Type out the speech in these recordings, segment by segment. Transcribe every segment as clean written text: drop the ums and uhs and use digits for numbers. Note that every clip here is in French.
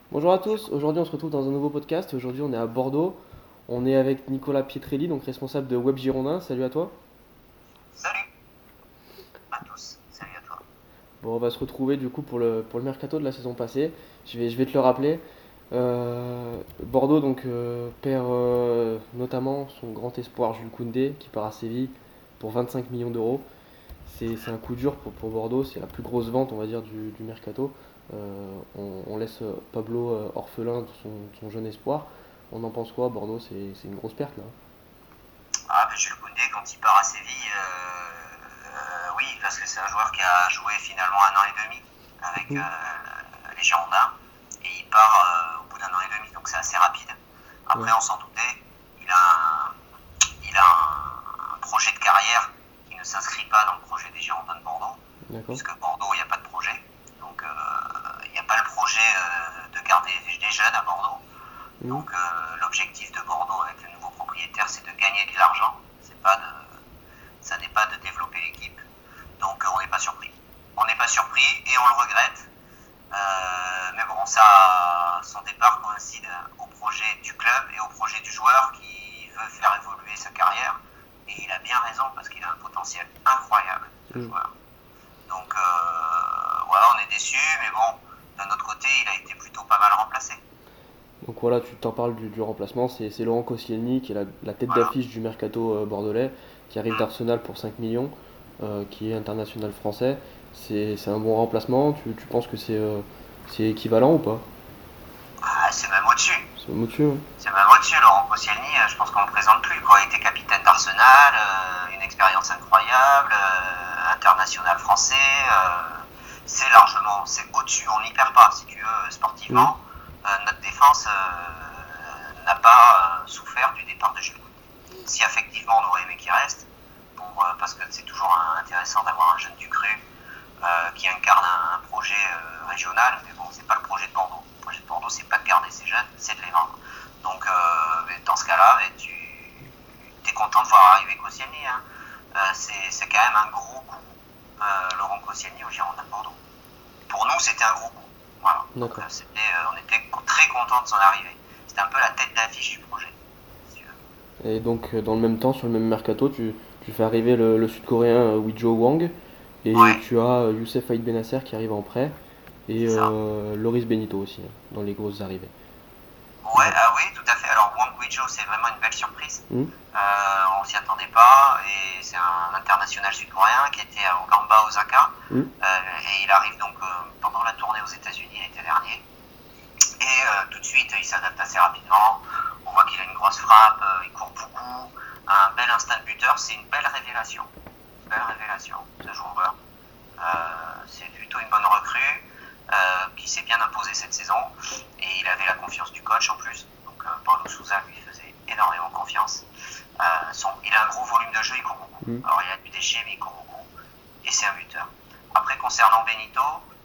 Bonjour à tous, aujourd'hui on se retrouve dans un nouveau podcast. Aujourd'hui on est à Bordeaux, on est avec Nicolas Pietrelli, donc responsable de Web Girondin. Salut à toi. Salut à tous, salut à toi. Bon, on va se retrouver du coup pour le mercato de la saison passée. Je vais te le rappeler. Bordeaux donc perd notamment son grand espoir Jules Koundé qui part à Séville pour 25 millions d'euros. C'est un coup dur pour Bordeaux, c'est la plus grosse vente on va dire du mercato. On laisse Pablo orphelin de son jeune espoir. On en pense quoi Bordeaux, c'est une grosse perte là. Ah, ben Jules Koundé, quand il part à Séville, oui, parce que c'est un joueur qui a joué finalement un an et demi avec Mm. les Girondins, et il part au bout d'un an et demi, donc c'est assez rapide. Après, Ouais, on s'en doutait, il a, un, il a un projet de carrière qui ne s'inscrit pas dans le projet des Girondins de Bordeaux, d'accord. puisque Bordeaux, il n'y a pas de projet. Donc, il n'y a pas le projet de garder des jeunes à Bordeaux. Mm. Donc l'objectif de Bordeaux avec le nouveau propriétaire, c'est de gagner de l'argent. Ça n'est pas de développer l'équipe. Donc on n'est pas surpris. On n'est pas surpris et on le regrette. Mais bon, son départ coïncide au projet du club et au projet du joueur qui veut faire évoluer sa carrière. Et il a bien raison parce qu'il a un potentiel incroyable, ce Mm. joueur. Donc voilà, on est déçus, mais bon, d'un autre côté, il a été plutôt pas mal remplacé. Donc voilà, tu t'en parles du remplacement, c'est Laurent Koscielny qui est la tête Voilà. d'affiche du mercato bordelais, qui arrive Mm. d'Arsenal pour 5 millions, qui est international français. C'est un bon remplacement, tu penses que c'est équivalent ou pas? Ah, c'est même au-dessus. C'est Moutier, hein. C'est même au-dessus, Laurent Koscielny, je pense qu'on ne le présente plus. Quoi. Il était capitaine d'Arsenal, une expérience incroyable, international français. C'est largement, c'est au-dessus, on n'y perd pas, si tu veux, Mm. sportivement. Notre défense n'a pas souffert du départ de Jules Koundé. Si effectivement on aurait aimé qu'il reste, parce que c'est toujours intéressant d'avoir un jeune du cru qui incarne un projet régional, mais bon, c'est pas le projet de Bordeaux. Le projet de Bordeaux, c'est pas de garder ces jeunes, c'est de les vendre. Donc, dans ce cas-là, tu es content de voir arriver Koscielny. Hein. C'est quand même un gros coup, Laurent Koscielny au Girondins de Bordeaux. Pour nous, c'était un gros coup. Voilà. Donc, D'accord. on était très content de son arrivée. C'était un peu la tête d'affiche du projet. Si tu veux. Et donc dans le même temps, sur le même mercato, tu fais arriver le sud-coréen Wijo Wang, et Ouais, tu as Youssef Aïd Benasser qui arrive en prêt, et c'est ça. Loris Benito aussi, hein, dans les grosses arrivées. Ouais, ah oui, tout à fait. Alors, Wang Guizhou, c'est vraiment une belle surprise. Hmm. On s'y attendait pas et c'est un international sud-coréen qui était au Gamba Osaka Hmm. et il arrive donc pendant la tournée aux États-Unis l'été dernier et tout de suite il s'adapte assez rapidement. On voit qu'il a une grosse frappe, il court beaucoup, un bel instinct de buteur, c'est une belle révélation ce joueur. C'est plutôt une bonne recrue qui s'est bien imposée cette saison et il avait la confiance du coach en plus. Donc Paulo Sousa lui faisait énormément confiance. Il a un gros volume de jeu, il court beaucoup. Hmm. Alors il a du déchet mais il court beaucoup et c'est un buteur. Après concernant Benito,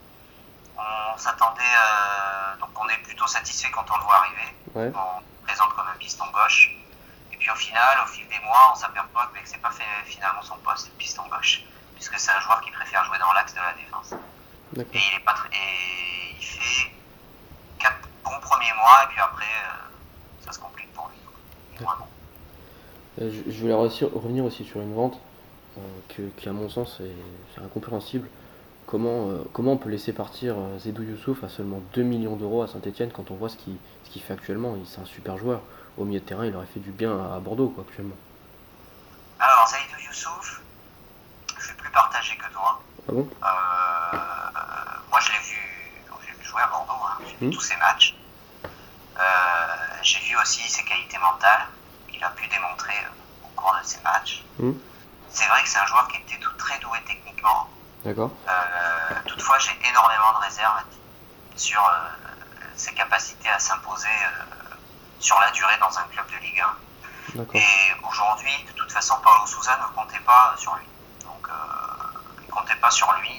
on s'attendait, donc on est plutôt satisfait quand on le voit arriver. Ouais. On le présente comme un piston gauche. Et puis au final, au fil des mois, on s'aperçoit que c'est pas fait finalement son poste, c'est piston gauche, puisque c'est un joueur qui préfère jouer dans l'axe de la défense. Et D'accord. il est pas et il fait 4 bons premiers mois et puis après ça se complique pour lui. Il est moins bon. D'accord. Je voulais revenir aussi sur une vente qui, à mon sens, c'est incompréhensible. Comment on peut laisser partir Zedou Youssouf à seulement 2 millions d'euros à Saint-Etienne quand on voit ce qu'il fait actuellement? C'est un super joueur. Au milieu de terrain, il aurait fait du bien à Bordeaux, quoi, actuellement. Alors Zaidou Youssouf, je suis plus partagé que toi. Ah bon? Moi j'ai vu jouer à Bordeaux, hein. J'ai vu Hmm. tous ses matchs. J'ai vu aussi ses qualités mentales qu'il a pu démontrer au cours de ses matchs. Hmm. C'est vrai que c'est un joueur qui était très doué techniquement. D'accord. Toutefois, j'ai énormément de réserves sur ses capacités à s'imposer sur la durée dans un club de Ligue 1. D'accord. Et aujourd'hui, de toute façon, Paulo Sousa ne comptait pas sur lui. Donc, il ne comptait pas sur lui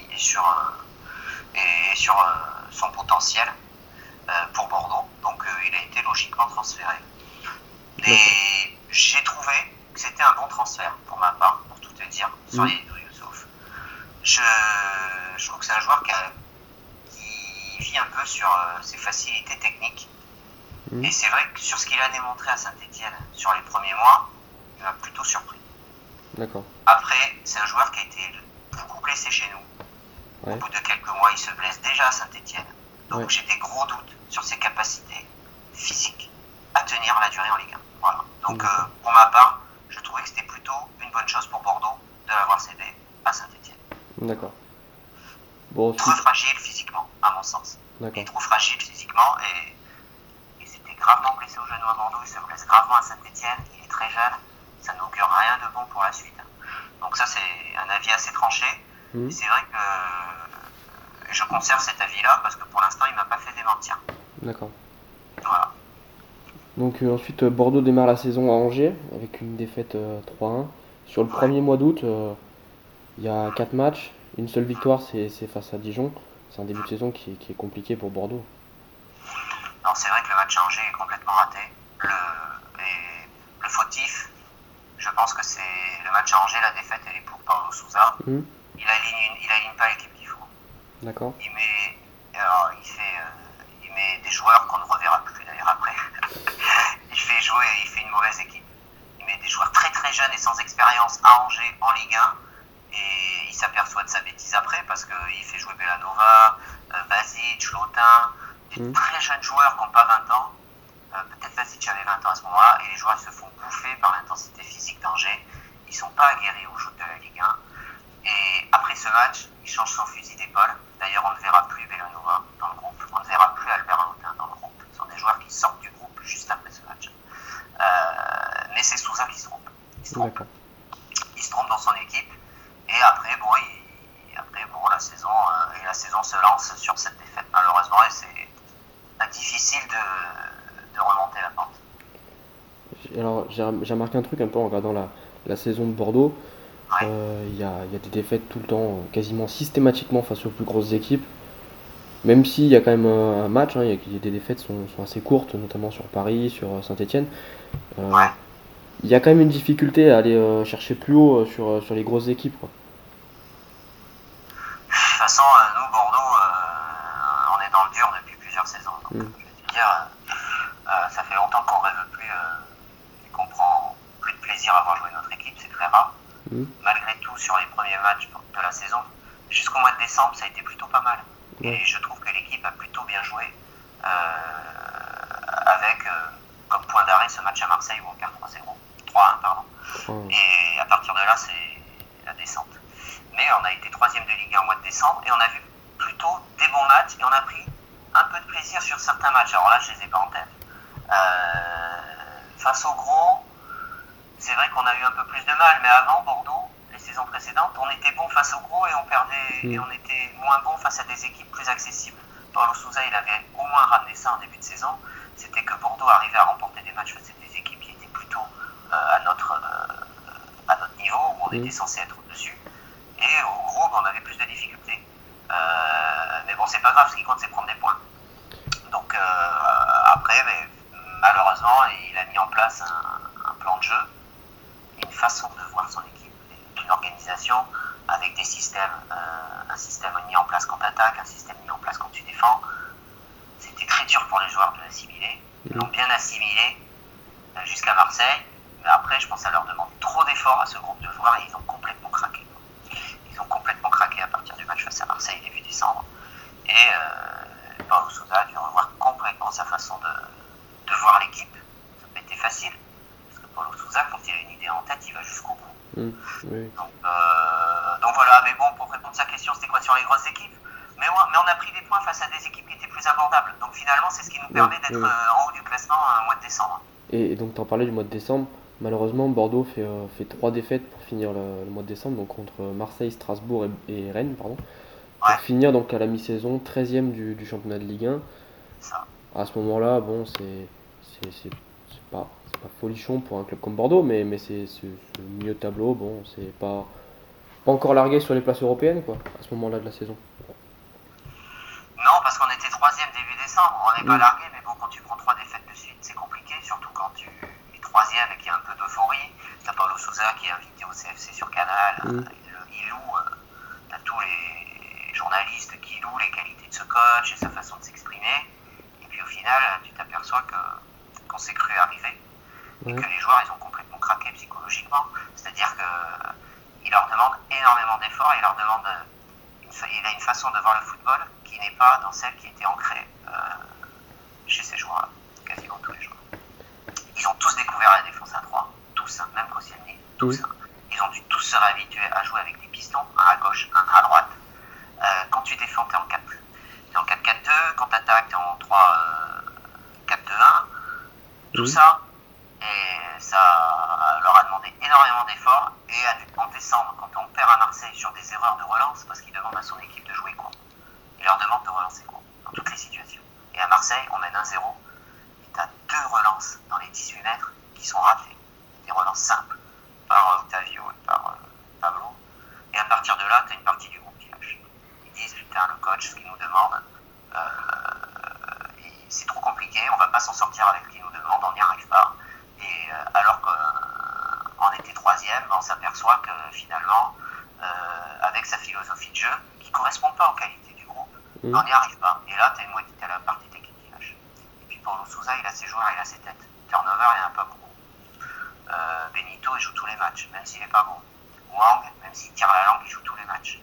et sur son potentiel pour Bordeaux. Donc, il a été logiquement transféré. D'accord. Et j'ai trouvé que c'était un bon transfert pour ma part, pour tout te dire, sur Hmm. les Youssouf. Je trouve que c'est un joueur qui il vit un peu sur ses facilités techniques. Et c'est vrai que sur ce qu'il a démontré à Saint-Etienne sur les premiers mois, il m'a plutôt surpris. D'accord. Après, c'est un joueur qui a été beaucoup blessé chez nous. Au bout de quelques mois, il se blesse déjà à Saint-Etienne. Donc j'ai des gros doutes sur ses capacités physiques à tenir la durée en Ligue 1. Voilà. Donc pour ma part, je trouvais que c'était plutôt une bonne chose pour Bordeaux de l'avoir cédé à Saint-Etienne. D'accord. Bon, trop fragile physiquement, à mon sens. D'accord. Il est trop fragile physiquement et il s'était gravement blessé au genou à Bordeaux, il se blesse gravement à Saint-Etienne, il est très jeune, ça n'augure rien de bon pour la suite. Donc ça c'est un avis assez tranché. Et c'est vrai que je conserve cet avis-là parce que pour l'instant il ne m'a pas fait démentir. D'accord. Voilà. Donc ensuite Bordeaux démarre la saison à Angers avec une défaite 3-1. Sur le premier mois d'août, il y a 4 matchs, une seule victoire c'est face à Dijon. C'est un début de saison qui est compliqué pour Bordeaux. Non, c'est vrai que le match à Angers est complètement raté. Le fautif, je pense que c'est le match à Angers, la défaite elle est pour Paulo Sousa. Il aligne pas l'équipe qu'il faut. D'accord. Il met des joueurs qu'on ne reverra plus d'ailleurs après. Il fait une mauvaise équipe. Il met des joueurs très très jeunes et sans expérience à Angers en Ligue 1 et il s'aperçoit de sa bêtise après parce qu'il fait jouer Belanova, Vasic, Lotin, des très jeunes joueurs qui n'ont pas 20 ans. Peut-être Vasic avait 20 ans à ce moment-là et les joueurs se font bouffer par l'intensité physique d'Angers. Ils ne sont pas aguerris au jeu de la Ligue 1. Et après ce match, il change son fusil d'épaule. D'ailleurs, on ne verra plus Belanova dans le groupe. On ne verra plus Albert Lotin dans le groupe. Ce sont des joueurs qui sortent du groupe juste après ce match. Mais c'est Sousa qui se trompe. Il se trompe dans son équipe. Et après, la saison se lance sur cette défaite. Malheureusement, et c'est difficile de remonter la pente. Alors, j'ai remarqué un truc un peu en regardant la saison de Bordeaux. Ouais. Il y a des défaites tout le temps, quasiment systématiquement face aux plus grosses équipes. Même s'il y a quand même un match, il y a des défaites sont assez courtes, notamment sur Paris, sur Saint-Etienne. Il y a quand même une difficulté à aller chercher plus haut sur les grosses équipes, quoi. De toute façon, nous, Bordeaux, on est dans le dur depuis plusieurs saisons. Donc, je veux dire, ça fait longtemps qu'on ne rêve plus et qu'on prend plus de plaisir à voir jouer notre équipe. C'est très rare. Malgré tout, sur les premiers matchs de la saison, jusqu'au mois de décembre, ça a été plutôt pas mal. Et je trouve que l'équipe a plutôt bien joué avec comme point d'arrêt ce match à Marseille où on perd 3-1, pardon. Et à partir de là, c'est la descente. Mais on a été 3e de Ligue 1 au mois de décembre et on a vu plutôt des bons matchs et on a pris un peu de plaisir sur certains matchs. Alors là, je les ai pas en tête. Face aux gros, c'est vrai qu'on a eu un peu plus de mal, mais avant Bordeaux, les saisons précédentes, on était bon face aux gros et on perdait et on était moins bon face à des équipes plus accessibles. Paulo Sousa, il avait au moins ramené ça en début de saison, c'était que Bordeaux arrivait à remporter des matchs face à des équipes qui étaient plutôt à notre niveau, où on était censé être au-dessus, et au gros, on avait plus de difficultés. Mais bon, c'est pas grave, ce qui compte, c'est prendre des points. Donc après, malheureusement, il a mis en place un plan de jeu, une façon de voir son équipe, une organisation avec des systèmes, un système mis en place quand tu attaques, un système mis en place quand tu défends. C'était très dur pour les joueurs de l'assimiler. Ils l'ont bien assimilé jusqu'à Marseille, mais après, je pense que ça leur demande trop d'efforts à ce groupe de joueurs et ils ont complètement craqué. Ils ont complètement craqué à partir du match face à Marseille début décembre. Et Paulo Sousa a dû revoir complètement sa façon de voir l'équipe. Ça n'a pas été facile. Parce que Paulo Sousa, quand il a une idée en tête, il va jusqu'au bout. Donc voilà, mais bon, pour répondre à sa question, c'était quoi sur les grosses équipes, mais on a pris des points face à des équipes qui étaient plus abordables. Donc finalement, c'est ce qui nous permet d'être en haut du classement au mois de décembre. Et donc, tu en parlais du mois de décembre. Malheureusement, Bordeaux fait 3 défaites pour finir le mois de décembre, donc contre Marseille, Strasbourg et Rennes, pardon. Pour finir donc à la mi-saison 13e du championnat de Ligue 1. Ça. À ce moment-là, bon, c'est pas folichon pour un club comme Bordeaux, mais c'est le milieu de tableau, bon, c'est pas encore largué sur les places européennes, quoi, à ce moment-là de la saison. Non, parce qu'on était 3e début décembre, on n'est pas largué, mais bon, quand tu prends 3 défaites de suite, c'est compliqué, surtout quand tu es 3e et qu'il y a un peu d'euphorie. T'as Paulo Sousa qui est invité au CFC sur Canal, il loue, t'as tous les journalistes qui louent les qualités de ce coach et sa façon de s'exprimer. Et puis au final, tu t'aperçois qu'on s'est cru arriver et que les joueurs ils ont complètement craqué psychologiquement. C'est-à-dire qu'il leur demande énormément d'efforts, il a une façon de voir le football qui n'est pas dans celle qui était ancrée chez ces joueurs-là, quasiment tous les joueurs. Ils ont tous découvert la défense à 3, tous, hein, même Koscielny, tous. Hein. Ils ont dû tous se réhabituer à jouer avec des pistons, un à gauche, un à droite. Quand tu défends, t'es en 4-4-2, quand t'attaques, t'es en 3-4-2-1. Tout ça, et ça leur a demandé énormément d'efforts. Et en décembre, quand on perd à Marseille sur des erreurs de relance, parce qu'il demande à son équipe de jouer court, il leur demande de relancer court, dans toutes les situations. Et à Marseille, on mène 1-0, et t'as 2 relances dans les 18 mètres qui sont ratées. Des relances simples, par Otavio et par Pablo. Et à partir de là, t'as une partie du groupe qui lâche. Ils disent, putain, le coach, ce qu'il nous demande, c'est trop compliqué, on va pas s'en sortir avec ce qu'il nous demande, on n'y arrive pas. Et alors qu'on était 3e, on s'aperçoit que finalement, avec sa philosophie de jeu, qui ne correspond pas aux qualités du groupe, on n'y arrive pas. Et là, t'as la partie technique qui lâche. Et puis Paulo Sousa, il a ses joueurs, il a ses têtes. Turnover, il n'y en a pas beaucoup. Benito, il joue tous les matchs, même s'il n'est pas bon. Wang, même s'il tire la langue, il joue tous les matchs.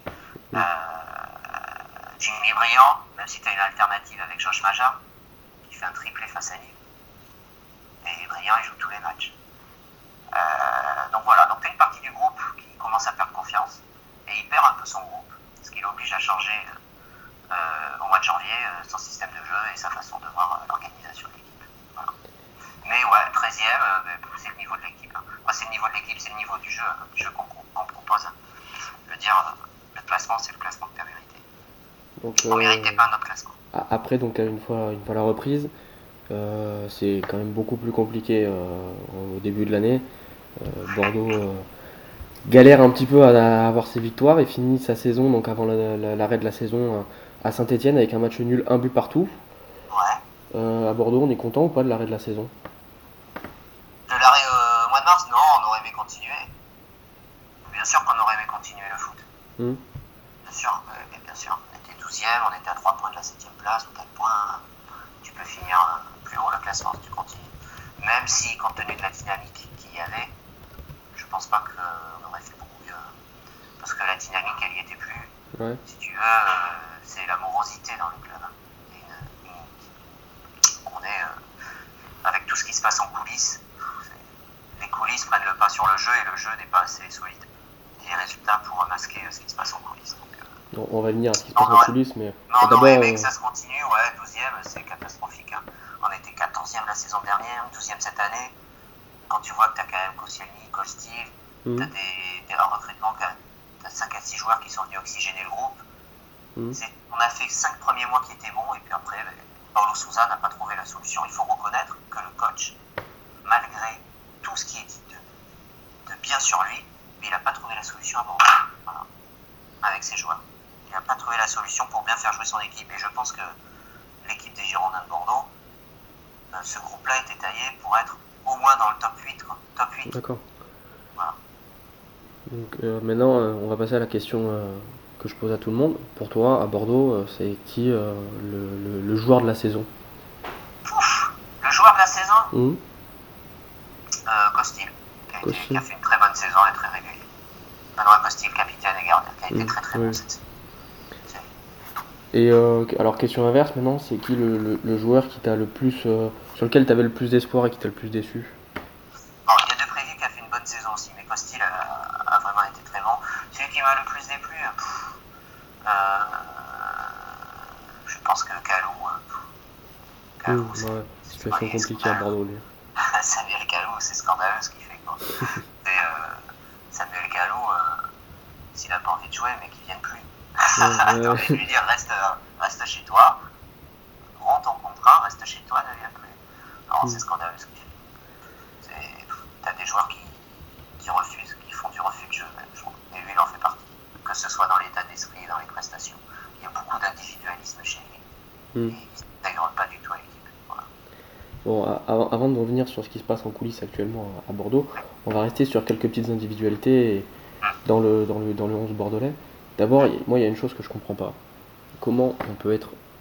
Jimmy Briand, même si tu as une alternative avec Josh Maja, qui fait un triplé face à Nîmes. Et Briand, il joue tous les matchs. Donc voilà, donc tu as une partie du groupe qui commence à perdre confiance. Et il perd un peu son groupe, ce qui l'oblige à changer au mois de janvier son système de jeu et sa façon de voir l'organisation de l'équipe. Voilà. Mais ouais, 13e, c'est le niveau de l'équipe. Hein. Enfin, c'est le niveau de l'équipe, c'est le niveau du jeu qu'on propose. Je veux dire, le classement, c'est le classement que tu as mérité. Donc, on ne méritait pas notre classement. Après, donc, une fois la reprise, c'est quand même beaucoup plus compliqué au début de l'année. Bordeaux galère un petit peu à avoir ses victoires et finit sa saison, donc avant l'arrêt de la saison, à Saint-Etienne avec un match nul, 1 but partout. Ouais. À Bordeaux, on est content ou pas de l'arrêt de la saison? De l'arrêt au mois de mars? Non, on aurait aimé continuer. Bien sûr qu'on aurait aimé continuer le foot. Bien sûr. On était 12e, on était à 3 points de la 7e place, ou 4 points. Tu peux finir plus haut le classement si tu continues. Même si, compte tenu de la dynamique qu'il y avait, je pense pas qu'on aurait fait beaucoup mieux. Parce que la dynamique, elle y était plus. Ouais. Si tu veux, c'est la morosité dans le club. On est avec tout ce qui se passe en coulisses. Les coulisses prennent le pas sur le jeu et le jeu n'est pas assez solide. Et les résultats pour masquer ce qui se passe en coulisses. Donc, on va venir à ce qui se passe en coulisses, mais on aurait aimé que ça se continue. Ouais, 12e, c'est catastrophique. Hein. On était 14e la saison dernière, 12e cette année. Quand tu vois que tu as quand même Koscielny, Costil, tu as des recrutements, tu as 5 à 6 joueurs qui sont venus oxygéner le groupe. On a fait 5 premiers mois qui étaient bons, et puis après, Paulo Sousa n'a pas trouvé la solution. Il faut reconnaître que le coach, malgré tout ce qui est dit de bien sur lui, mais il n'a pas trouvé la solution à Bordeaux, voilà, avec ses joueurs. Il n'a pas trouvé la solution pour bien faire jouer son équipe. Et je pense que l'équipe des Girondins de Bordeaux, ce groupe-là était taillé pour être au moins dans le top 8. Quoi. Top 8. D'accord. Voilà. Donc maintenant, on va passer à la question que je pose à tout le monde. Pour toi, à Bordeaux, c'est qui le joueur de la saison? Le joueur de la saison Costil, qui a fait une très bonne saison et très régulier. Benoît Costil, capitaine et gardien, qui a été très très bon cette saison. Et alors, question inverse maintenant, c'est qui le joueur qui t'a le plus, sur lequel tu avais le plus d'espoir et qui t'a le plus déçu? Bon, il y a Deprévu qui a fait une bonne saison aussi, mais Costil a vraiment été très bon. Celui qui m'a le plus déplu, je pense que Calou, situation compliquée à Bordeaux, lui. Samuel Calou, c'est scandaleux ce qu'il fait. Quoi. Samuel Calou, s'il n'a pas envie de jouer, mais qu'il ne vienne plus. T'as envie de lui dire reste chez toi, rends ton contrat, reste chez toi, ne viens plus. Alors c'est scandaleux ce qu'il fait. T'as des joueurs qui refusent, qui font du refus de jeu même, je trouve. Et lui il en fait partie. Que ce soit dans l'état d'esprit et dans les prestations. Il y a beaucoup d'individualisme chez lui. Et il ne s'intègre pas du tout à l'équipe. Voilà. Bon, avant de revenir sur ce qui se passe en coulisses actuellement à Bordeaux, on va rester sur quelques petites individualités dans le 11 bordelais. D'abord, moi, il y a une chose que je comprends pas. Comment on peut être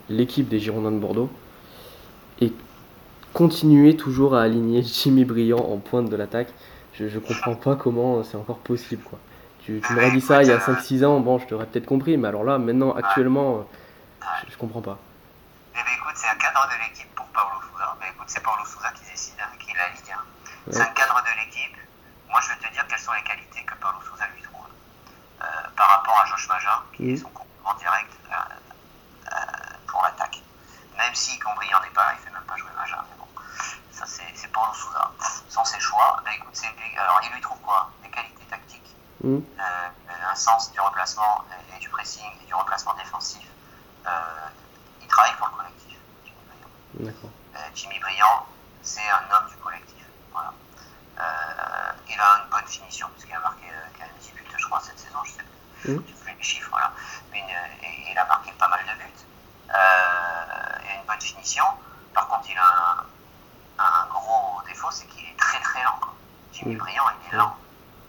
l'équipe des Girondins de Bordeaux et continuer toujours à aligner Jimmy Briand en pointe de l'attaque. Je comprends pas comment c'est encore possible, quoi. Tu m'aurais dit ça il y a 5-6 ans, bon, je t'aurais peut-être compris, mais alors là, maintenant, actuellement, je comprends pas. Eh bien, écoute, c'est un cadre de l'équipe pour Paulo Sousa. Ben, écoute, c'est Paulo Sousa qui décide, qui la Ligue 1. C'est un cadre de l'équipe. Moi, je vais te dire quelles sont les qualités que Paulo Sousa lui trouve. Par rapport à Josh Maja, qui est son concurrent direct pour l'attaque. Même si quand Briand n'est pas là, il ne fait même pas jouer Maja. Mais bon, ça, c'est Paulo Sousa. Sans ses choix, ben, écoute, alors, il lui trouve quoi? Des qualités tactiques. Un sens du replacement et du pressing et du replacement défensif. Il travaille pour le collectif, Jimmy Briand. Jimmy Briand, c'est un homme du collectif. Voilà. Il a une bonne finition, parce qu'il a marqué quand même 10 buts, je crois, cette saison, je sais plus. J'ai plus les chiffres, voilà. Mais il a marqué pas mal de buts. Il a une bonne finition. Par contre, il a un gros défaut, c'est qu'il est très très lent. Jimmy Briand, il est lent.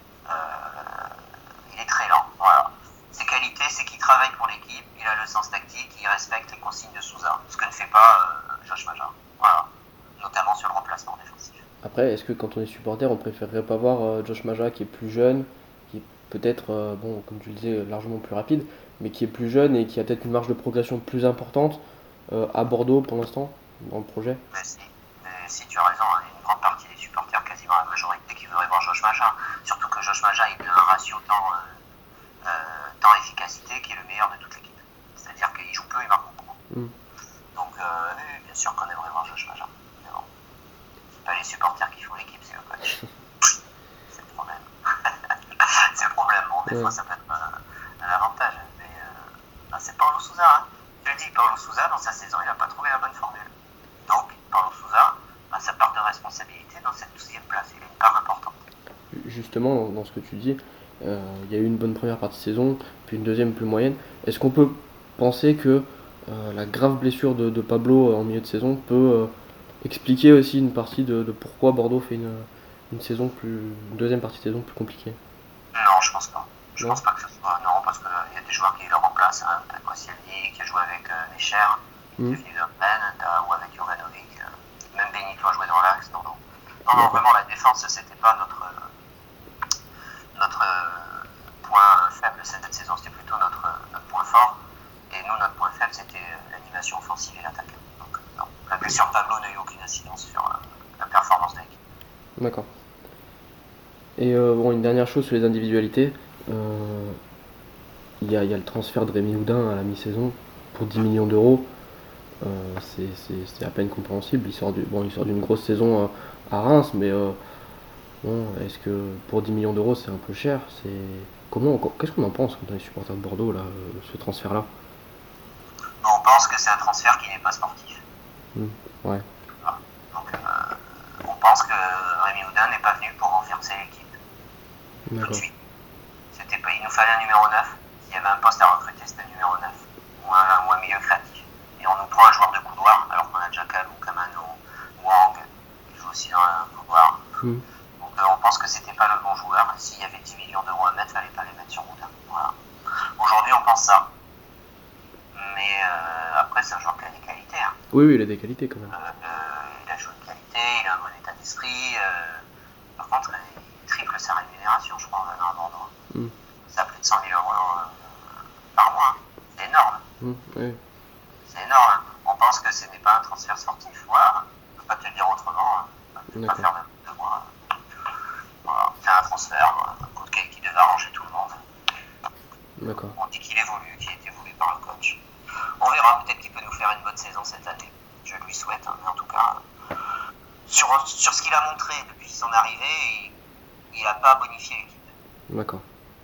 Il est très lent, voilà. Ses qualités, c'est qu'il travaille pour l'équipe, il a le sens tactique, il respecte les consignes de Sousa, ce que ne fait pas Josh Maja. Voilà. Notamment sur le remplacement défensif. Après, est-ce que quand on est supporter, on préférerait pas voir Josh Maja qui est plus jeune, qui est peut-être, bon, comme tu le disais, largement plus rapide, mais qui est plus jeune et qui a peut-être une marge de progression plus importante à Bordeaux pour l'instant, dans le projet? Si tu as raison, il y a une grande partie des supporters, quasiment la majorité, qui voudraient voir Josh Maja. Surtout que Josh Maja, il a un ratio temps-efficacité qui est le meilleur de toute l'équipe. C'est-à-dire qu'il joue peu, il marque beaucoup. Donc, bien sûr qu'on aimerait voir Josh Maja. Mais bon, c'est pas les supporters qui font l'équipe, c'est le coach. C'est le problème. C'est le problème. Bon, des fois, ça peut être un avantage. Mais c'est Paulo Sousa. Hein. Je le dis, Paulo Sousa, dans sa saison, il n'a pas trouvé la bonne formule. Donc, Paulo Sousa a sa part de responsabilité dans cette 12e place. Il a une part importante. Justement, dans ce que tu dis, il y a eu une bonne première partie de saison, puis une deuxième plus moyenne. Est-ce qu'on peut penser que la grave blessure de Pablo en milieu de saison peut expliquer aussi une partie de pourquoi Bordeaux fait une deuxième partie de saison plus compliquée? Non, je pense pas. Je pense pas que ce soit. Non, parce qu'il y a des joueurs qui le remplacent. Hein. Peut-être Koscielny qui a joué avec Necher, qui est venu de Rennes, ou avec Jovanovic. Même Benito a joué dans l'axe. Non, vraiment, la défense, c'était pas notre point faible cette saison. C'était plutôt notre point fort. Et nous, notre point faible, c'était l'animation offensive et l'attaque. Donc, non. La blessure de Pablo n'a eu aucune incidence sur la performance de l'équipe. D'accord. Et bon, une dernière chose sur les individualités. Il y a le transfert de Rémi Houdin à la mi-saison pour 10 millions d'euros. C'est à peine compréhensible. Il sort d'une grosse saison à Reims, mais bon, est-ce que pour 10 millions d'euros c'est un peu cher? Qu'est-ce qu'on en pense quand on est supporter de Bordeaux, là, ce transfert-là? On pense que c'est un transfert qui n'est pas sportif. Ouais. Voilà. Donc, on pense que Rémi Houdin n'est pas venu pour renforcer l'équipe. Tout de suite. Il nous fallait un numéro 9. S'il y avait un poste à recruter, c'était un numéro 9. Ou un milieu créatif. Et on nous prend un joueur de couloir, alors qu'on a déjà Kalou, Kamano, Wang, qui joue aussi dans un couloir. Donc on pense que c'était pas le bon joueur. S'il y avait 10 millions d'euros à mettre, il fallait pas les mettre sur Houdin. Voilà. Aujourd'hui, on pense ça. Mais après, c'est un joueur qui a des qualités. Hein. Oui, il a des qualités quand même. Il a joué de qualité, il a un bon état d'esprit. Par contre, il triple sa rémunération, je crois, en venant à Bordeaux. Ça a plus de 100 000 euros par mois. Hein. C'est énorme. Oui. C'est énorme. Hein. On pense que ce n'est pas un transfert sportif. Voilà. Je ne peux pas te le dire autrement. Je ne peux pas faire de moi. Voilà. C'est un transfert qui devait arranger tout le monde. D'accord. On dit qu'il évolue, qu'il est évolué par le coach. On verra, peut-être qu'il peut nous faire une bonne saison cette année. Je lui souhaite, hein, mais en tout cas, sur ce qu'il a montré depuis son arrivée, il n'a pas bonifié l'équipe. D'accord.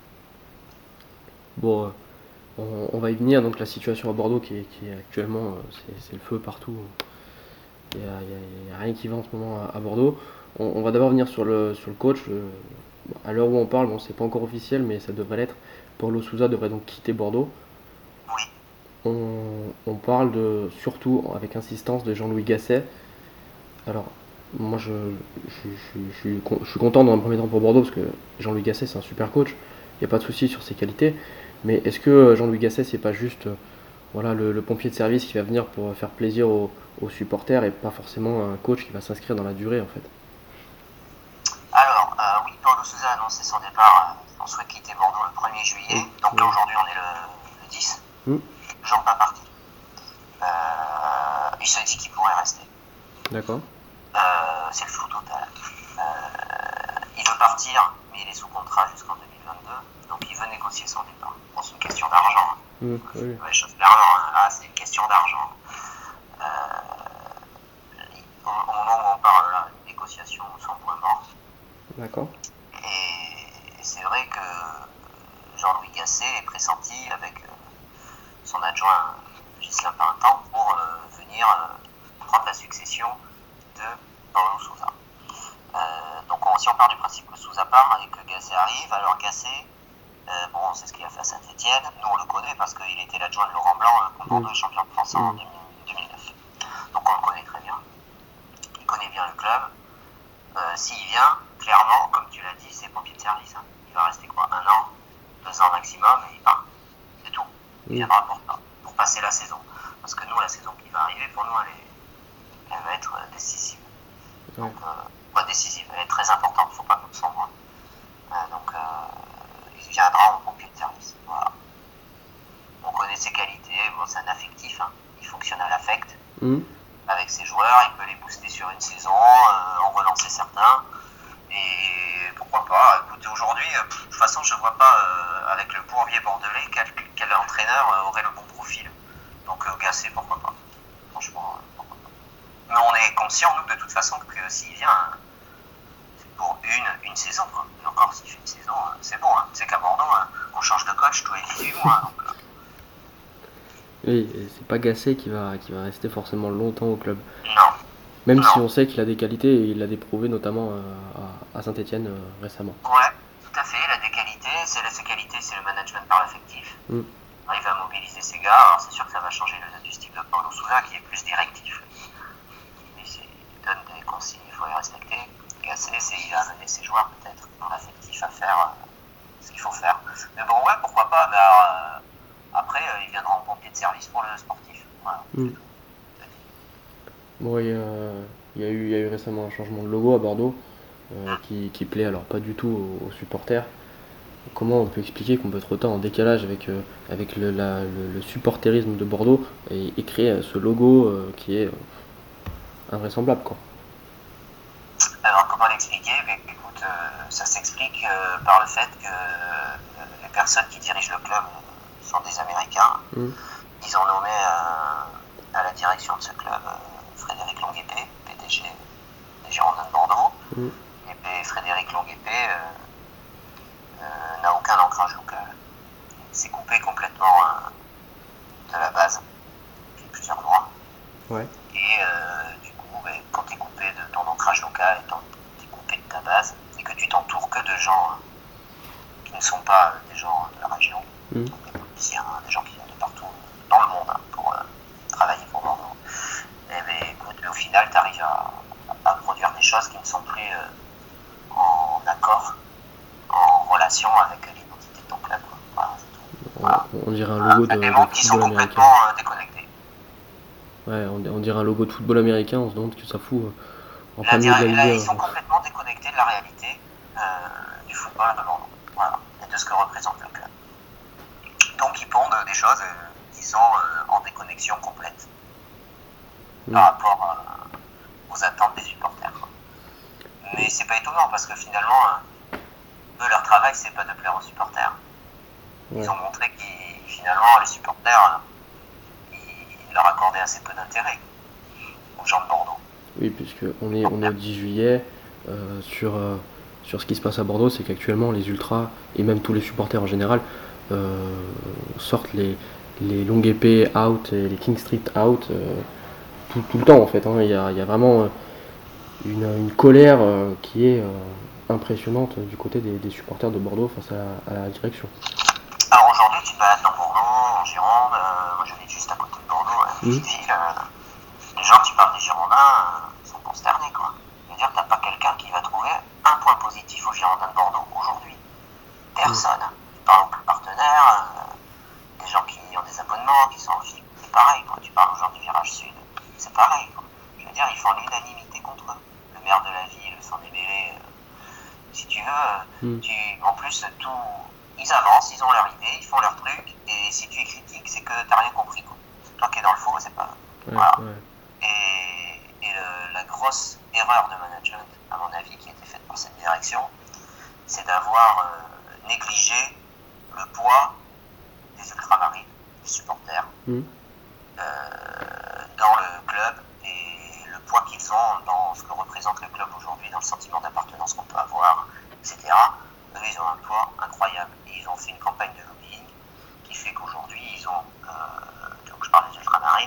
Bon, on va y venir. Donc la situation à Bordeaux qui est actuellement, c'est le feu partout. Il n'y a rien qui va en ce moment à Bordeaux. On va d'abord venir sur le coach. À l'heure où on parle, bon, c'est pas encore officiel, mais ça devrait l'être. Paulo Sousa devrait donc quitter Bordeaux. Oui. On parle surtout avec insistance de Jean-Louis Gasset. Alors, moi je suis content dans un premier temps pour Bordeaux parce que Jean-Louis Gasset c'est un super coach. Il n'y a pas de souci sur ses qualités. Mais est-ce que Jean-Louis Gasset c'est pas juste voilà, le pompier de service qui va venir pour faire plaisir aux supporters et pas forcément un coach qui va s'inscrire dans la durée en fait. Alors, oui, Paulo Sousa a annoncé son départ. On souhaite quitter Bordeaux le 1er juillet. Donc là, aujourd'hui, on est le 10. Toujours pas parti. Il se dit qu'il pourrait rester. D'accord. C'est le flou total. Il veut partir, mais il est sous contrat jusqu'en 2022. Donc il veut négocier son départ. Bon, c'est une question d'argent. Oui. Les choses clairement, là, c'est une question d'argent. Au moment où on parle là, les négociations sont point mort. D'accord. Et c'est vrai que Jean-Louis Gasset est pressenti avec son adjoint Ghislain Pintan pour venir prendre la succession de Paulo Sousa. Donc si on part du principe que Sousa part et que Gasset arrive, alors Gasset, bon, c'est ce qu'il a fait à Saint-Etienne. Nous, on le connaît parce qu'il était l'adjoint de Laurent Blanc quand Bordeaux est champion de France en 2009. Donc on le connaît très bien. Il connaît bien le club. S'il vient, clairement, comme tu l'as dit, c'est pompier de service. Hein. Il va rester quoi, 1 an, 2 ans maximum, et il part. C'est tout. Il viendra pour passer la saison. Parce que nous, la saison qui va arriver, pour nous, elle va être décisive. Ouais. Donc, pas décisive, elle est très importante, il ne faut pas qu'on s'en voit. Donc, il viendra en pompier de service. Voilà. On connaît ses qualités, bon, c'est un affectif, hein. Il fonctionne à l'affect. Avec ses joueurs, il peut les booster sur une saison, en relancer certains. Et pourquoi pas, écoutez, aujourd'hui, de toute façon, je ne vois pas, avec le Bourbier bordelais, quel entraîneur aurait le bon profil. Donc, Gasset, pourquoi pas. Franchement, pourquoi pas. Mais on est conscient, nous, de toute façon, que s'il vient, c'est pour une saison, quoi. Et encore, s'il fait une saison, c'est bon. Hein. C'est qu'à Bordeaux, on change de coach tous les 18 mois. Donc, oui, et c'est pas Gasset qui va rester forcément longtemps au club. Non. Même si on sait qu'il a des qualités et il l'a déprouvé notamment à Saint-Etienne récemment. Ouais, tout à fait, il a des qualités. Ses qualités, c'est le management par l'affectif. Il arrive à mobiliser ses gars. Alors c'est sûr que ça va changer du style de Paulo Sousa qui est plus directif. Il donne des consignes, il faut les respecter. Gasset, il a amené ses joueurs peut-être dans l'affectif à faire ce qu'il faut faire. Mais bon, ouais, pourquoi pas. Mais, après, il viendra en pompier de service pour le sportif. Voilà. Bon, il y a eu récemment un changement de logo à Bordeaux qui plaît alors pas du tout aux supporters. Comment on peut expliquer qu'on peut être autant en décalage avec le supporterisme de Bordeaux et créer ce logo qui est invraisemblable, quoi. Alors comment l'expliquer? Écoute, ça s'explique par le fait que les personnes qui dirigent le club sont des Américains. Ils ont nommé à la direction de ce club Frédéric Longuepé, PDG des Girondins de Bordeaux. Et Frédéric Longuepé n'a aucun ancrage local. Il s'est coupé complètement de la base depuis plusieurs mois. Ouais. Et du coup, quand tu es coupé de ton ancrage local et tu es coupé de ta base et que tu t'entoures que de gens qui ne sont pas des gens de la région, donc des politiciens, des gens qui viennent de partout dans le monde pour travailler pour Bordeaux, et écoute, au final, tu arrives à produire des choses qui ne sont plus en accord, en relation avec l'identité de ton club. Voilà, c'est tout. Voilà. On dirait un logo de des mondes qui sont football américain. complètement déconnectés. Ouais, on dirait un logo de football américain, on se demande que ça fout en Là, plein milieu de la là, Ligue ils sont complètement déconnectés de la réalité du football de Bordeaux. Voilà, et de ce que représente le club. Donc ils pondent des choses qui sont en déconnexion complète par rapport aux attentes des supporters. Quoi. Mais c'est pas étonnant parce que finalement, eux, leur travail, c'est pas de plaire aux supporters. Ils ont montré que finalement, les supporters, ils leur accordaient assez peu d'intérêt aux gens de Bordeaux. Oui, puisque on est au 10 juillet, sur ce qui se passe à Bordeaux, c'est qu'actuellement les ultras et même tous les supporters en général sortent les longues épées out et les King Street out tout le temps en fait. Hein. Il y a vraiment une colère qui est impressionnante du côté des supporters de Bordeaux face à la direction. Alors aujourd'hui, tu te balades dans Bordeaux, en Gironde, moi j'habite juste à côté de Bordeaux, petite ville, les gens, tu parles des Girondins, sont consternés quoi. C'est-à-dire que t'as pas quelqu'un qui va trouver un point positif aux Girondins de Bordeaux aujourd'hui. Personne. Tu parles aux partenaires, des gens qui ont des abonnements, qui sont en fibre. font l'unanimité contre eux. Le maire de la ville s'en est mêlé. Si tu veux, en plus, ils avancent, ils ont leur idée, ils font leur truc, et si tu es critique, c'est que t'as rien compris, quoi. C'est toi qui es dans le faux, c'est pas... Voilà. Et la grosse erreur de management, à mon avis, qui a été faite par cette direction, c'est d'avoir négligé le poids des ultramarines, des supporters, dans le club, et le poids qu'ils ont dans ce que représente le club aujourd'hui, dans le sentiment d'appartenance qu'on peut avoir, etc. Eux, ils ont un poids incroyable. Et ils ont fait une campagne de lobbying qui fait qu'aujourd'hui, ils ont, donc je parle des ultramarines,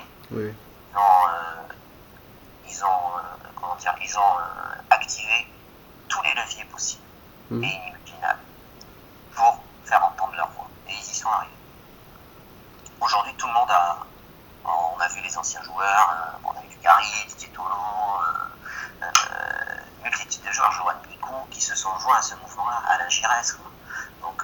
ils ont activé tous les leviers possibles et inimaginables pour faire entendre leur voix. Et ils y sont arrivés. Aujourd'hui, tout le monde on a vu les anciens joueurs, on a eu Dugarry, Didier Tolo, multitude de joueurs, Johan Mikou, qui se sont joints à ce mouvement-là, Alain Giresse. Donc,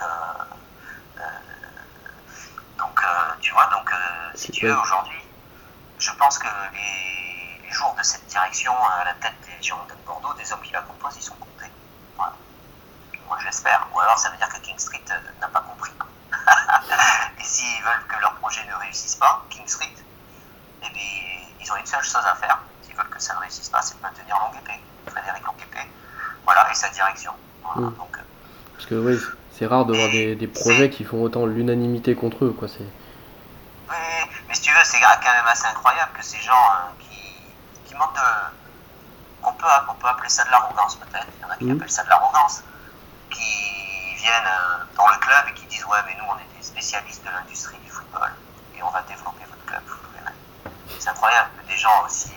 tu vois, si tu veux, aujourd'hui, je pense que les jours de cette direction à la tête des Girondins de Bordeaux, des hommes qui la composent, ils sont comptés. Voilà. Moi, je l'espère. Ou alors, ça veut dire que King Street n'a pas compris. Et s'ils veulent que leur projet ne réussisse pas, King Street, eh bien, ils ont une seule chose à faire. S'ils veulent que ça ne réussisse pas, c'est de maintenir Longuepé, Frédéric Longuepé. Voilà, et sa direction. Voilà, donc, parce que oui, c'est rare de voir des projets qui font autant l'unanimité contre eux, quoi. Oui, mais si tu veux, c'est quand même assez incroyable que ces gens qui manquent de... On peut appeler ça de l'arrogance, peut-être. Il y en a qui appellent ça de l'arrogance. Qui viennent dans le club et qui disent « Ouais, mais nous, on est des spécialistes de l'industrie du football et on va développer votre club. » C'est incroyable que des gens aussi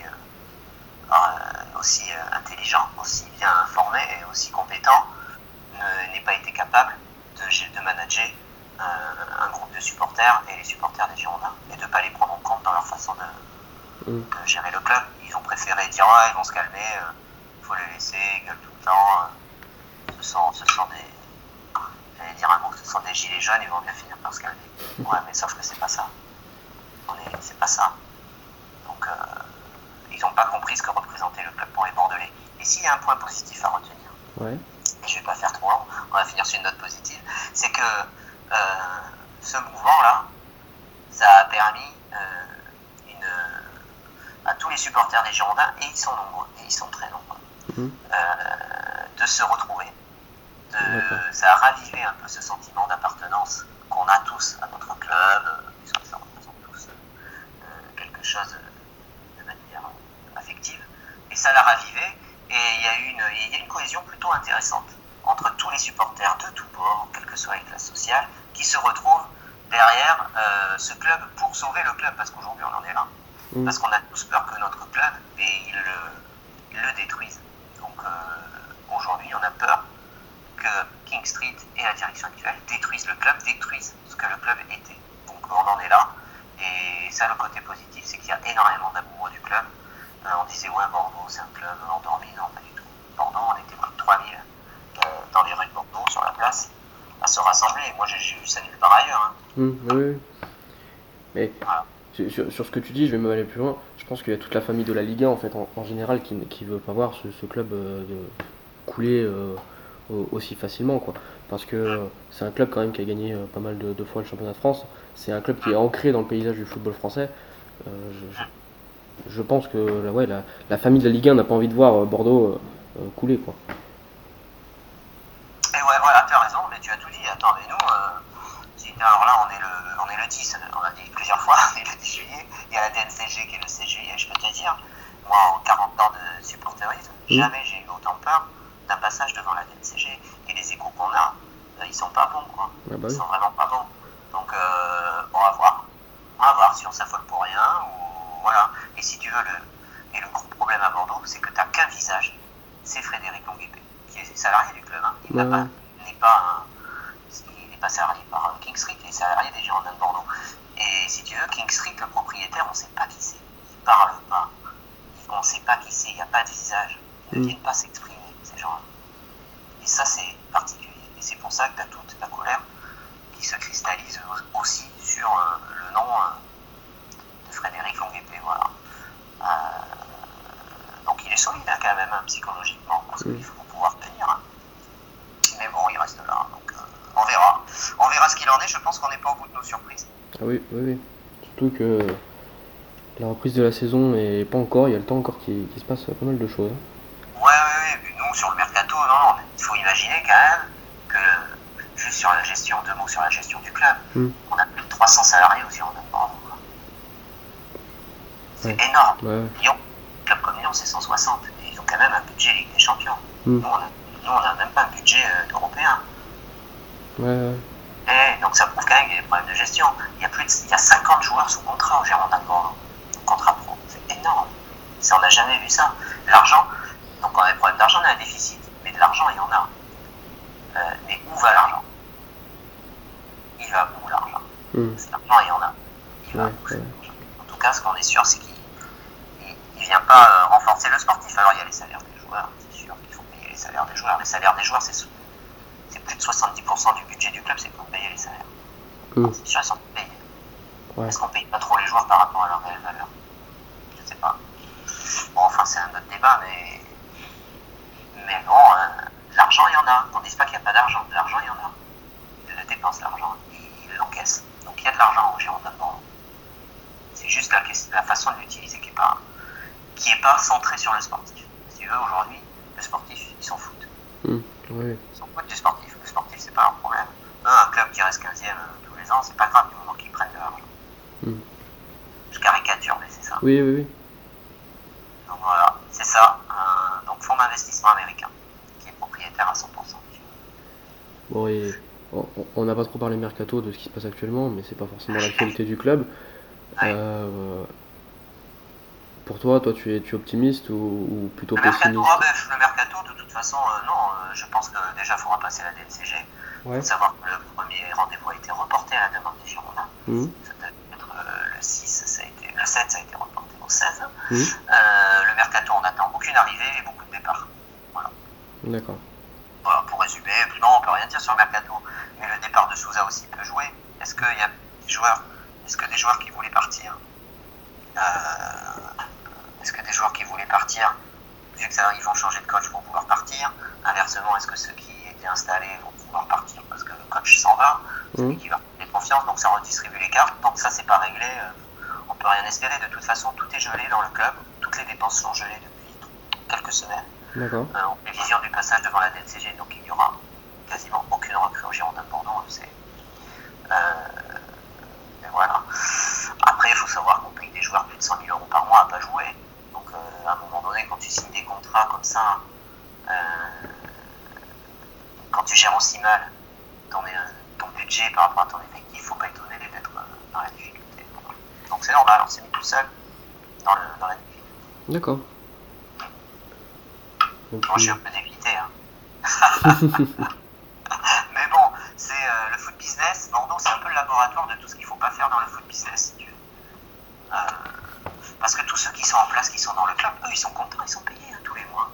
intelligents, aussi bien informés et aussi compétents n'aient pas été capables de manager un groupe de supporters et les supporters des Girondins et de ne pas les prendre en compte dans leur façon de gérer le club. Ils ont préféré dire « Ouais, ils vont se calmer, il faut les laisser, ils gueulent tout le temps. » Ce sont des... J'allais dire un mot, ce sont des gilets jaunes, ils vont bien finir par se calmer. Ouais, mais sauf que c'est pas ça. C'est pas ça. Donc, ils n'ont pas compris ce que représentait le club pour les Bordelais. Et s'il y a un point positif à retenir, et je vais pas faire trop long, on va finir sur une note positive, c'est que ce mouvement-là, ça a permis à tous les supporters des Girondins, et ils sont nombreux, et ils sont très nombreux, de se retrouver. Ça a ravivé un peu ce sentiment d'appartenance qu'on a tous à notre club, puisque ça représente tous quelque chose de manière affective. Et ça l'a ravivé, et il y a une cohésion plutôt intéressante entre tous les supporters de tous bords, quelle que soit les classes sociales, qui se retrouvent derrière ce club pour sauver le club, parce qu'aujourd'hui on en est là. Parce qu'on a tous peur que notre club, ils le détruisent. Donc aujourd'hui on a peur que King Street et la direction actuelle détruisent le club, détruisent ce que le club était. Donc on en est là, et ça, le côté positif, c'est qu'il y a énormément d'amoureux du club. On disait ouais, Bordeaux c'est un club endormi, non, pas du tout. Bordeaux, on était plus de 3000 dans les rues de Bordeaux, sur la place, à se rassembler. Moi j'ai vu ça nulle part ailleurs. Oui. Mais voilà. Sur ce que tu dis, je vais même aller plus loin. Je pense qu'il y a toute la famille de la Ligue 1 en fait, en général, qui ne veut pas voir ce club couler aussi facilement, quoi. Parce que c'est un club quand même qui a gagné pas mal de fois le championnat de France. C'est un club qui est ancré dans le paysage du football français. Je pense que la famille de la Ligue 1 n'a pas envie de voir Bordeaux couler, quoi. Et ouais, voilà, tu as raison, mais tu as tout dit. Attends, mais nous, alors là, on est le 10, on l'a dit plusieurs fois, on est le 10 juillet. Il y a la DNCG qui est le 16 juillet. Je peux te dire, moi, en 40 ans de supporterisme, jamais j'ai eu autant peur d'un passage devant la DNCG. Et les échos qu'on a, ils sont pas bons, quoi. Ils sont vraiment pas bons. Donc, on va voir. On va voir si on s'affole pour rien, ou voilà. Et si tu veux, le gros problème à Bordeaux, c'est que tu n'as qu'un visage, c'est Frédéric Longuepé, qui est salarié du club. Il n'est pas salarié par King Street, il est salarié des Girondins de Bordeaux. Et si tu veux, King Street, le propriétaire, on ne sait pas qui c'est. Il ne parle pas. On ne sait pas qui c'est, il n'y a pas de visage. Ils ne viennent pas s'exprimer, ces gens-là. Et ça, c'est particulier. Et c'est pour ça que tu as toute la colère qui se cristallise aussi sur le nom de Frédéric Longuepé. Voilà. est solide hein, quand même, hein, psychologiquement, parce qu'il faut pouvoir tenir. Hein. Mais bon, il reste là, donc on verra. On verra ce qu'il en est, je pense qu'on n'est pas au bout de nos surprises. Ah oui, oui, oui. Surtout que la reprise de la saison n'est pas encore, il y a le temps encore qu'il se passe pas mal de choses. Ouais, mais nous, sur le mercato, non, il faut imaginer quand même que, juste sur la gestion, 2 mots sur la gestion du club, on a plus de 300 salariés aux Girondins de Bordeaux. C'est énorme. Ouais. Lyon, club comme Lyon, c'est 160. Et ils ont quand même un budget Ligue des Champions. Nous, on n'a même pas un budget européen. Ouais. Et donc ça prouve quand même qu'il y a des problèmes de gestion. Il y a 50 joueurs sous contrat au Girondins de Bordeaux. Contrat pro. C'est énorme. On n'a jamais vu ça. L'argent, donc on a des problèmes d'argent, on a un déficit. Mais de l'argent, il y en a. Mais où va l'argent? Il va où l'argent? L'argent, il y en a. Il va où? En tout cas, ce qu'on est sûr, c'est qu'il ne vient pas renforcer le sportif. Alors il y a les salaires des joueurs, c'est sûr qu'il faut payer les salaires des joueurs. Les salaires des joueurs, c'est plus de 70% du budget du club, c'est pour payer les salaires. C'est sûr, ils sont payés. Est-ce qu'on ne paye pas trop les joueurs par rapport à leur réelle valeur? Je ne sais pas. Bon, enfin, c'est un autre débat, mais bon, l'argent, il y en a. On ne dit pas qu'il n'y a pas d'argent. De l'argent, il y en a. Ils le dépensent, l'argent. Ils l'encaissent. Donc il y a de l'argent au Girondins de Bordeaux. C'est juste la façon de l'utiliser qui est pas centrée sur le sportif. Si tu veux, aujourd'hui, le sportif, ils s'en foutent. Oui. Ils s'en foutent du sportif. Le sportif, c'est pas un problème. Un club qui reste 15e tous les ans, c'est pas grave du moment qu'ils prennent de l'argent. Je caricature, mais c'est ça. Oui. Donc voilà, c'est ça. Donc fonds d'investissement américain, qui est propriétaire à 100%. Bon, et on n'a pas trop parlé mercato de ce qui se passe actuellement, mais c'est pas forcément l'actualité du club. Pour toi, tu es optimiste ou plutôt pessimiste? Le mercato, de toute façon, non. Je pense que déjà, il faudra passer à la DNCG. Il faut savoir que le premier rendez-vous a été reporté à la demande des Girondins. Ça devait être le 6, le 7, ça a été reporté au 16. Le mercato, on n'attend aucune arrivée et beaucoup de départs. Voilà. D'accord. Voilà, pour résumer, non, on peut rien dire sur le mercato. Mais le départ de Souza aussi peut jouer. Est-ce qu'il y a des joueurs qui voulaient partir vu que ça, ils vont changer de coach pour pouvoir partir? Inversement, est-ce que ceux qui étaient installés vont pouvoir partir parce que le coach s'en va, celui qui va donner confiance, donc ça redistribue les cartes. Donc ça, c'est pas réglé, on peut rien espérer. De toute façon, tout est gelé dans le club, toutes les dépenses sont gelées depuis quelques semaines. D'accord. En prévision du passage devant la DNCG, donc il n'y aura quasiment aucune recrue au Girondins de Bordeaux, on le sait. Et voilà. Après, il faut savoir qu'on paye des joueurs plus de 100 000 € par mois à pas jouer. Donc à un moment donné, quand tu signes des contrats comme ça, quand tu gères aussi mal ton budget par rapport à ton effectif, il ne faut pas étonner d'être dans la difficulté. Donc c'est normal, on s'est mis tout seul dans la difficulté. D'accord. Donc, moi je suis un peu débité. Mais bon, c'est le foot business. Bordeaux, c'est un peu le laboratoire de tout ce qu'il ne faut pas faire dans le foot business, si tu veux. Parce que tous ceux qui sont en place, qui sont dans le club, eux, ils sont contents, ils sont payés tous les mois.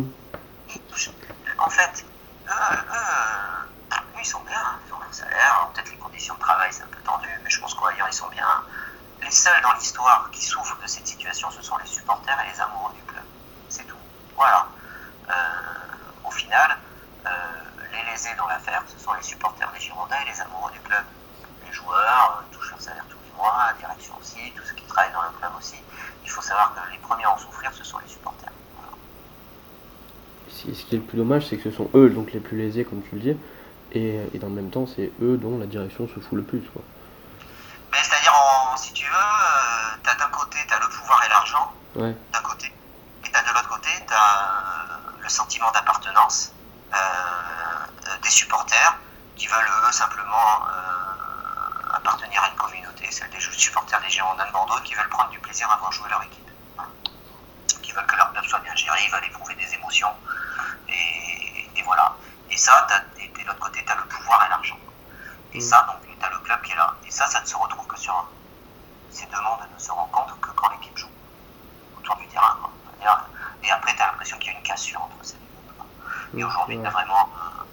En fait, eux, ils sont bien, ils ont leur salaire. Alors, peut-être les conditions de travail, c'est un peu tendu, mais je pense qu'ailleurs, ils sont bien. Les seuls dans l'histoire qui souffrent de cette situation, ce sont les supporters et les amoureux du club. C'est tout. Voilà. Au final, les lésés dans l'affaire, ce sont les supporters des Girondins et les amoureux du club. Les joueurs touchent leur salaire tous les mois, la direction aussi, tous ceux qui travaillent dans le club aussi. Il faut savoir que les premiers à en souffrir, ce sont les supporters. Voilà. Ce qui est le plus dommage, c'est que ce sont eux donc les plus lésés, comme tu le dis, et dans le même temps, c'est eux dont la direction se fout le plus, quoi. Mais c'est-à-dire, si tu veux, t'as d'un côté, t'as le pouvoir et l'argent, d'un côté, et t'as de l'autre côté, t'as le sentiment d'appartenance des supporters qui veulent, eux, simplement appartenir à une communauté, celle des supporters des Girondins de Bordeaux, qui veulent prendre du plaisir à voir jouer leur équipe. Voilà. Qui veulent que leur club soit bien géré, ils veulent éprouver des émotions. Et voilà. Et ça, de l'autre côté, tu as le pouvoir et l'argent. Et ça, donc, tu as le club qui est là. Et ça ne se retrouve que sur ces deux mondes ne se rencontrent que quand l'équipe joue autour du terrain. Quoi. Et après, tu as l'impression qu'il y a une cassure entre ces deux mondes. Et aujourd'hui, tu as vraiment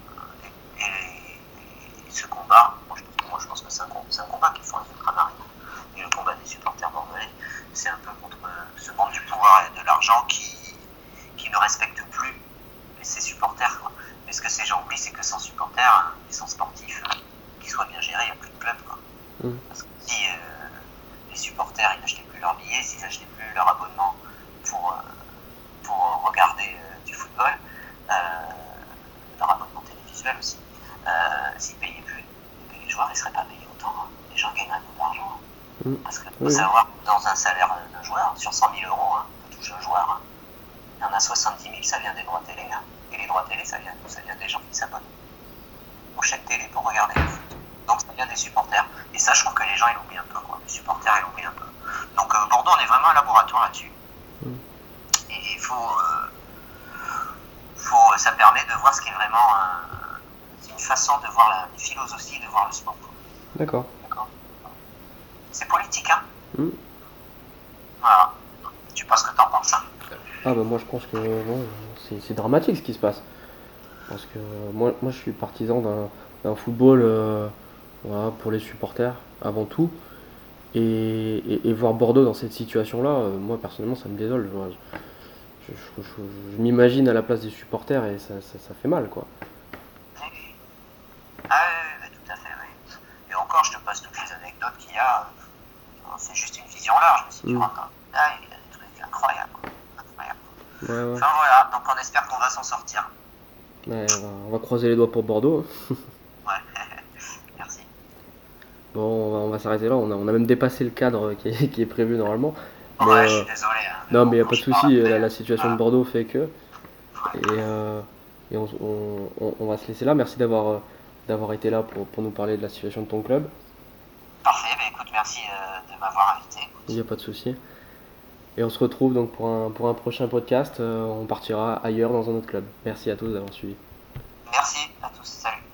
ce combat. Moi, je pense que c'est un combat qu'ils font les ultramarins. Et le combat des supporters bordelais, c'est un peu contre ce monde du pouvoir et de l'argent qui respectent plus ses supporters, quoi. Mais ce que ces gens oublient, c'est que sans supporters et sans sportifs qui soient bien gérés, il n'y a plus de club, quoi. Parce que si les supporters ils n'achetaient plus leurs billets, s'ils n'achetaient plus leur abonnement pour regarder du football, leur abonnement télévisuel aussi, s'ils ne payaient plus, les joueurs ne seraient pas payés autant, hein. Les gens gagneraient beaucoup d'argent. Parce qu'il faut savoir que dans un salaire d'un joueur, sur 100 000 euros, que touche un joueur, il y en a 70 000, ça vient des droits télé. Et les droits télé, ça vient des gens qui s'abonnent aux chaînes télé pour regarder le foot. Donc ça vient des supporters. Et ça, je trouve que les gens, ils l'oublient un peu, quoi. Les supporters, ils l'oublient un peu. Donc Bordeaux, on est vraiment un laboratoire là-dessus. Et il ça permet de voir ce qui est vraiment une façon de voir une philosophie de voir le sport, quoi. D'accord. C'est politique, hein. Voilà. Tu sais pas ce que t'en penses, hein. Ah bah moi je pense que non, c'est dramatique ce qui se passe. Parce que moi je suis partisan d'un football voilà, pour les supporters avant tout. Et voir Bordeaux dans cette situation-là, moi personnellement ça me désole. Je m'imagine à la place des supporters et ça fait mal, quoi. Ah oui, tout à fait, oui. Et encore, je te passe toutes les anecdotes qu'il y a. C'est juste une vision large, mais si tu rentres là, il y a des trucs incroyables, quoi. Ouais. Enfin voilà, donc on espère qu'on va s'en sortir. Ouais, on va croiser les doigts pour Bordeaux. Ouais, merci. Bon, on va s'arrêter là. On a même dépassé le cadre qui est prévu normalement. Mais, ouais, je suis désolé. Non, mais il n'y a pas de souci. La situation de Bordeaux fait que. Et on va se laisser là. Merci d'avoir été là pour nous parler de la situation de ton club. Parfait, bah écoute, merci de m'avoir invité. Il n'y a pas de souci. Et on se retrouve donc pour un prochain podcast. On partira ailleurs dans un autre club. Merci à tous d'avoir suivi. Merci à tous, salut.